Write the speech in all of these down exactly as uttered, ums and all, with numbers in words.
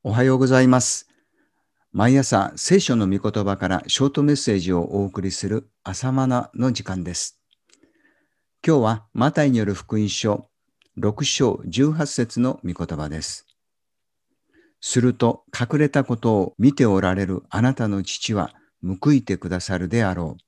おはようございます。毎朝、聖書の御言葉からショートメッセージをお送りする朝マナの時間です。今日はマタイによる福音書ろく章じゅうはち節の御言葉です。すると隠れたことを見ておられるあなたの父は報いてくださるであろう。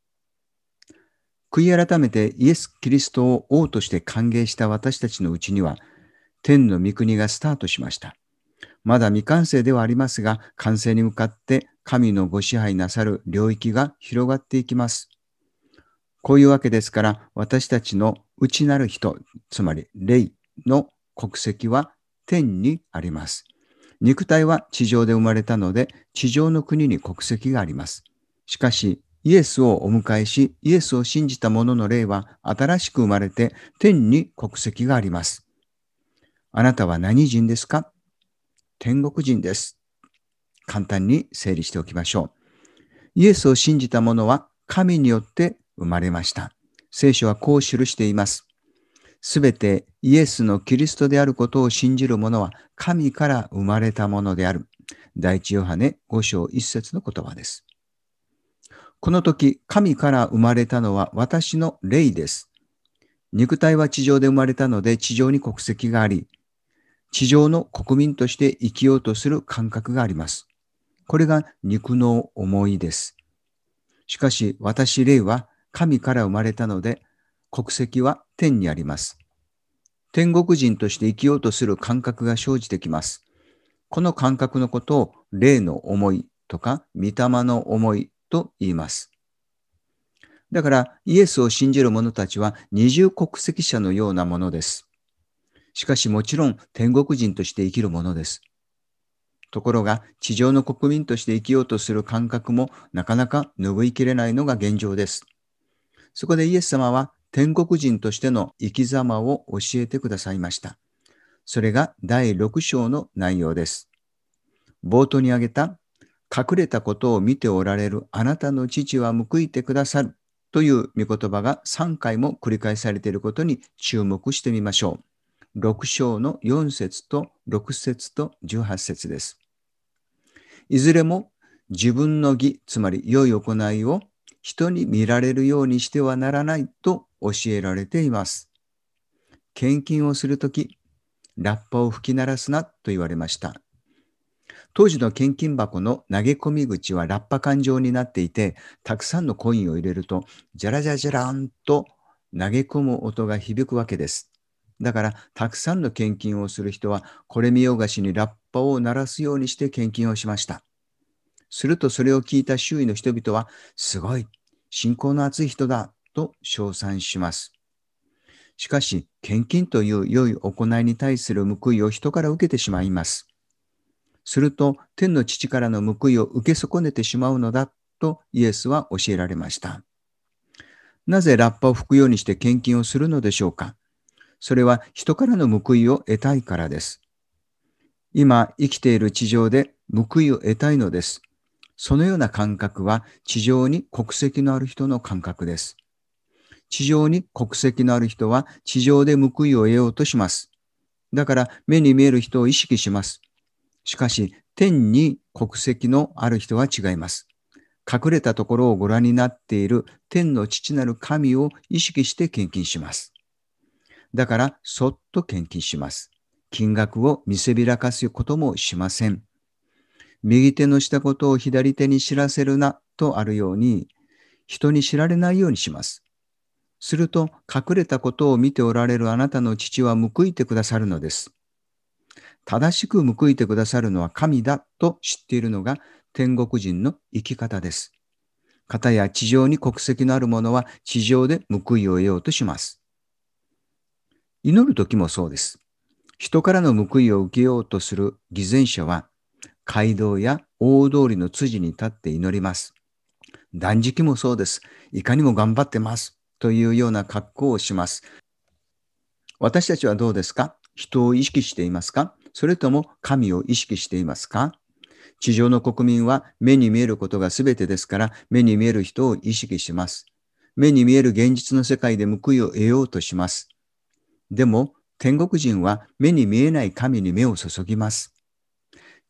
悔い改めてイエス・キリストを王として歓迎した私たちのうちには、天の御国がスタートしました。まだ未完成ではありますが、完成に向かって神のご支配なさる領域が広がっていきます。こういうわけですから、私たちの内なる人、つまり霊の国籍は天にあります。肉体は地上で生まれたので、地上の国に国籍があります。しかし、イエスをお迎えし、イエスを信じた者の霊は新しく生まれて天に国籍があります。あなたは何人ですか？天国人です。簡単に整理しておきましょう。イエスを信じた者は神によって生まれました。聖書はこう記しています。すべてイエスのキリストであることを信じる者は神から生まれたものである。第一ヨハネご章いち節の言葉です。この時、神から生まれたのは私の霊です。肉体は地上で生まれたので地上に国籍があり、地上の国民として生きようとする感覚があります。これが肉の思いです。しかし私霊は神から生まれたので、国籍は天にあります。天国人として生きようとする感覚が生じてきます。この感覚のことを霊の思いとか御霊の思いと言います。だからイエスを信じる者たちは二重国籍者のようなものです。しかしもちろん天国人として生きるものです。ところが地上の国民として生きようとする感覚もなかなか拭いきれないのが現状です。そこでイエス様は天国人としての生き様を教えてくださいました。それがだいろく章の内容です。冒頭に挙げた隠れたことを見ておられるあなたの父は報いてくださるという御言葉がさんかいも繰り返されていることに注目してみましょう。ろく章のよん節とろく節とじゅうはち節です。いずれも自分の義、つまり良い行いを人に見られるようにしてはならないと教えられています。献金をするとき、ラッパを吹き鳴らすなと言われました。当時の献金箱の投げ込み口はラッパ管状になっていて、たくさんのコインを入れると、ジャラジャジャランと投げ込む音が響くわけです。だから、たくさんの献金をする人は、これ見よがしにラッパを鳴らすようにして献金をしました。するとそれを聞いた周囲の人々は、すごい、信仰の厚い人だと称賛します。しかし、献金という良い行いに対する報いを人から受けてしまいます。すると、天の父からの報いを受け損ねてしまうのだとイエスは教えられました。なぜラッパを吹くようにして献金をするのでしょうか。それは人からの報いを得たいからです。今生きている地上で報いを得たいのです。そのような感覚は地上に国籍のある人の感覚です。地上に国籍のある人は地上で報いを得ようとします。だから目に見える人を意識します。しかし天に国籍のある人は違います。隠れたところをご覧になっている天の父なる神を意識して献金します。だからそっと献金します。金額を見せびらかすこともしません。右手のしたことを左手に知らせるなとあるように、人に知られないようにします。すると隠れたことを見ておられるあなたの父は報いてくださるのです。正しく報いてくださるのは神だと知っているのが天国人の生き方です。かたや地上に国籍のある者は地上で報いを得ようとします。祈る時もそうです。人からの報いを受けようとする偽善者は街道や大通りの辻に立って祈ります。断食もそうです。いかにも頑張ってますというような格好をします。私たちはどうですか？人を意識していますか？それとも神を意識していますか？地上の国民は目に見えることが全てですから、目に見える人を意識します。目に見える現実の世界で報いを得ようとします。でも天国人は目に見えない神に目を注ぎます。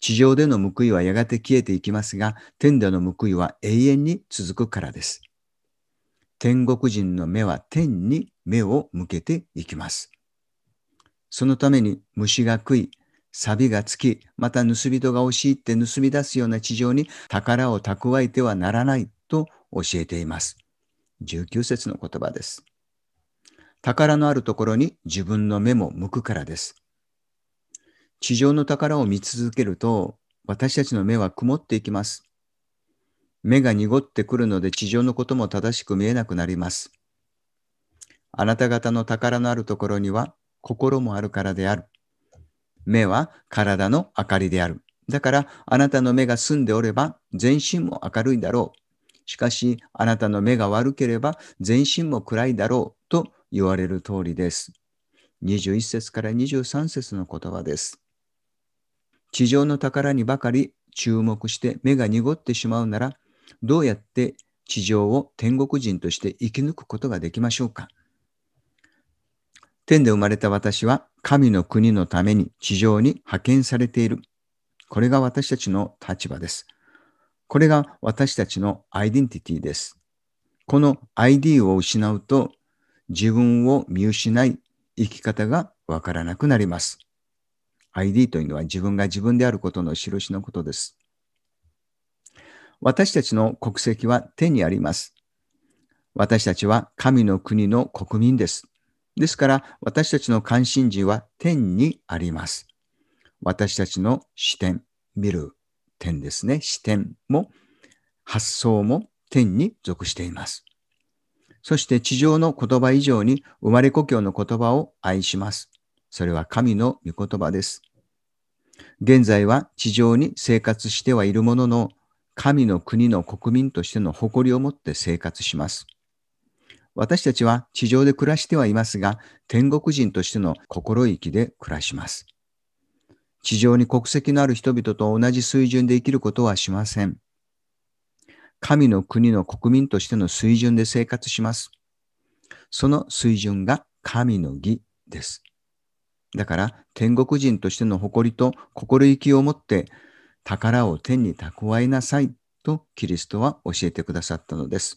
地上での報いはやがて消えていきますが、天での報いは永遠に続くからです。天国人の目は天に目を向けていきます。そのために虫が食い、錆がつき、また盗人が押し入って盗み出すような地上に宝を蓄えてはならないと教えています。じゅうきゅう節の言葉です。宝のあるところに自分の目も向くからです。地上の宝を見続けると、私たちの目は曇っていきます。目が濁ってくるので地上のことも正しく見えなくなります。あなた方の宝のあるところには心もあるからである。目は体の明かりである。だからあなたの目が澄んでおれば全身も明るいだろう。しかしあなたの目が悪ければ全身も暗いだろうと言われる通りです。にじゅういち節からにじゅうさん節の言葉です。地上の宝にばかり注目して目が濁ってしまうなら、どうやって地上を天国人として生き抜くことができましょうか。天で生まれた私は神の国のために地上に派遣されている。これが私たちの立場です。これが私たちのアイデンティティです。この アイディー を失うと自分を見失い、生き方がわからなくなります。アイディー というのは自分が自分であることの印のことです。私たちの国籍は天にあります。私たちは神の国の国民です。ですから私たちの関心事は天にあります。私たちの視点、見る点ですね。視点も発想も天に属しています。そして地上の言葉以上に生まれ故郷の言葉を愛します。それは神の御言葉です。現在は地上に生活してはいるものの、神の国の国民としての誇りを持って生活します。私たちは地上で暮らしてはいますが、天国人としての心意気で暮らします。地上に国籍のある人々と同じ水準で生きることはしません。神の国の国民としての水準で生活します。その水準が神の義です。だから天国人としての誇りと心意気を持って宝を天に蓄えなさいとキリストは教えてくださったのです。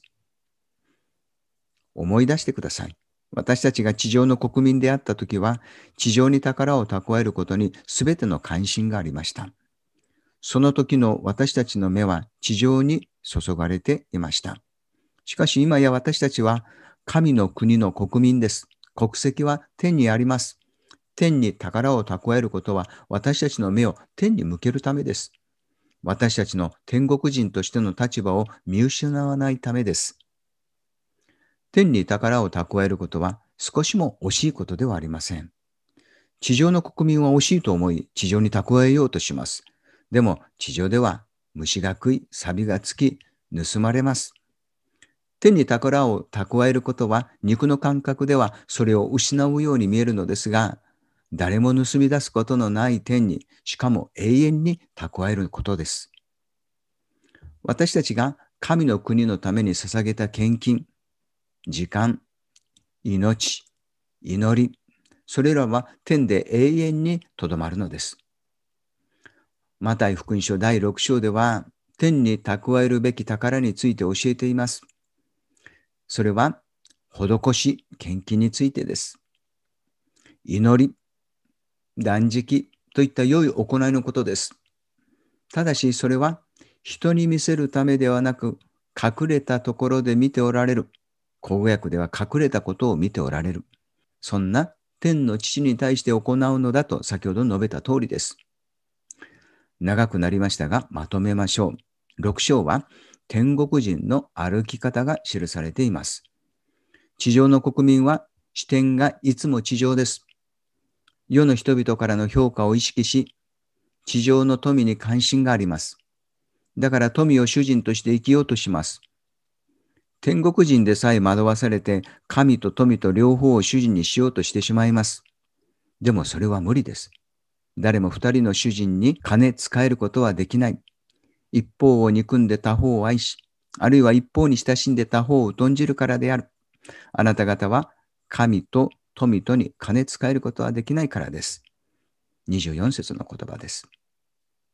思い出してください。私たちが地上の国民であったときは、地上に宝を蓄えることに全ての関心がありました。その時の私たちの目は地上に注がれていました。しかし今や私たちは神の国の国民です。国籍は天にあります。天に宝を蓄えることは私たちの目を天に向けるためです。私たちの天国人としての立場を見失わないためです。天に宝を蓄えることは少しも惜しいことではありません。地上の国民は惜しいと思い、地上に蓄えようとします。でも地上では虫が食い、錆がつき、盗まれます。天に宝を蓄えることは肉の感覚ではそれを失うように見えるのですが、誰も盗み出すことのない天に、しかも永遠に蓄えることです。私たちが神の国のために捧げた献金、時間、命、祈り、それらは天で永遠にとどまるのです。マタイ福音書だいろく章では、天に蓄えるべき宝について教えています。それは、施し、献金についてです。祈り、断食といった良い行いのことです。ただし、それは人に見せるためではなく、隠れたところで見ておられる。口語訳では隠れたことを見ておられる。そんな天の父に対して行うのだと先ほど述べた通りです。長くなりましたが、まとめましょう。ろく章は天国人の歩き方が記されています。地上の国民は視点がいつも地上です。世の人々からの評価を意識し、地上の富に関心があります。だから富を主人として生きようとします。天国人でさえ惑わされて、神と富と両方を主人にしようとしてしまいます。でもそれは無理です。誰も二人の主人に金使えることはできない。一方を憎んで他方を愛し、あるいは一方に親しんで他方を疎んじるからである。あなた方は神と富とに金使えることはできないからです。にじゅうよん節の言葉です。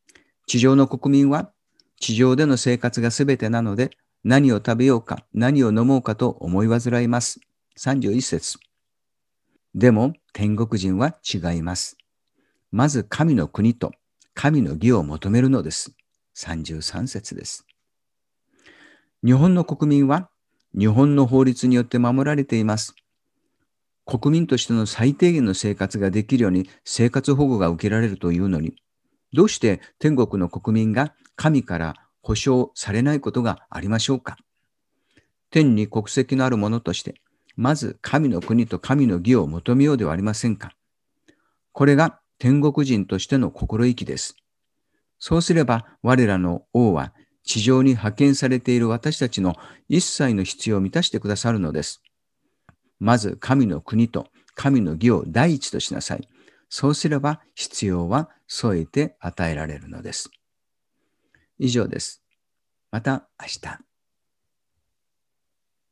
地上の国民は、地上での生活がすべてなので、何を食べようか、何を飲もうかと思い煩います。さんじゅういっ節。でも、天国人は違います。まず神の国と神の義を求めるのです。さんじゅうさん節です。日本の国民は、日本の法律によって守られています。国民としての最低限の生活ができるように生活保護が受けられるというのに、どうして天国の国民が神から保証されないことがありましょうか。天に国籍のある者として、まず神の国と神の義を求めようではありませんか。これが天国人としての心意気です。そうすれば我らの王は地上に派遣されている私たちの一切の必要を満たしてくださるのです。まず神の国と神の義を第一としなさい。そうすれば必要は添えて与えられるのです。以上です。また明日。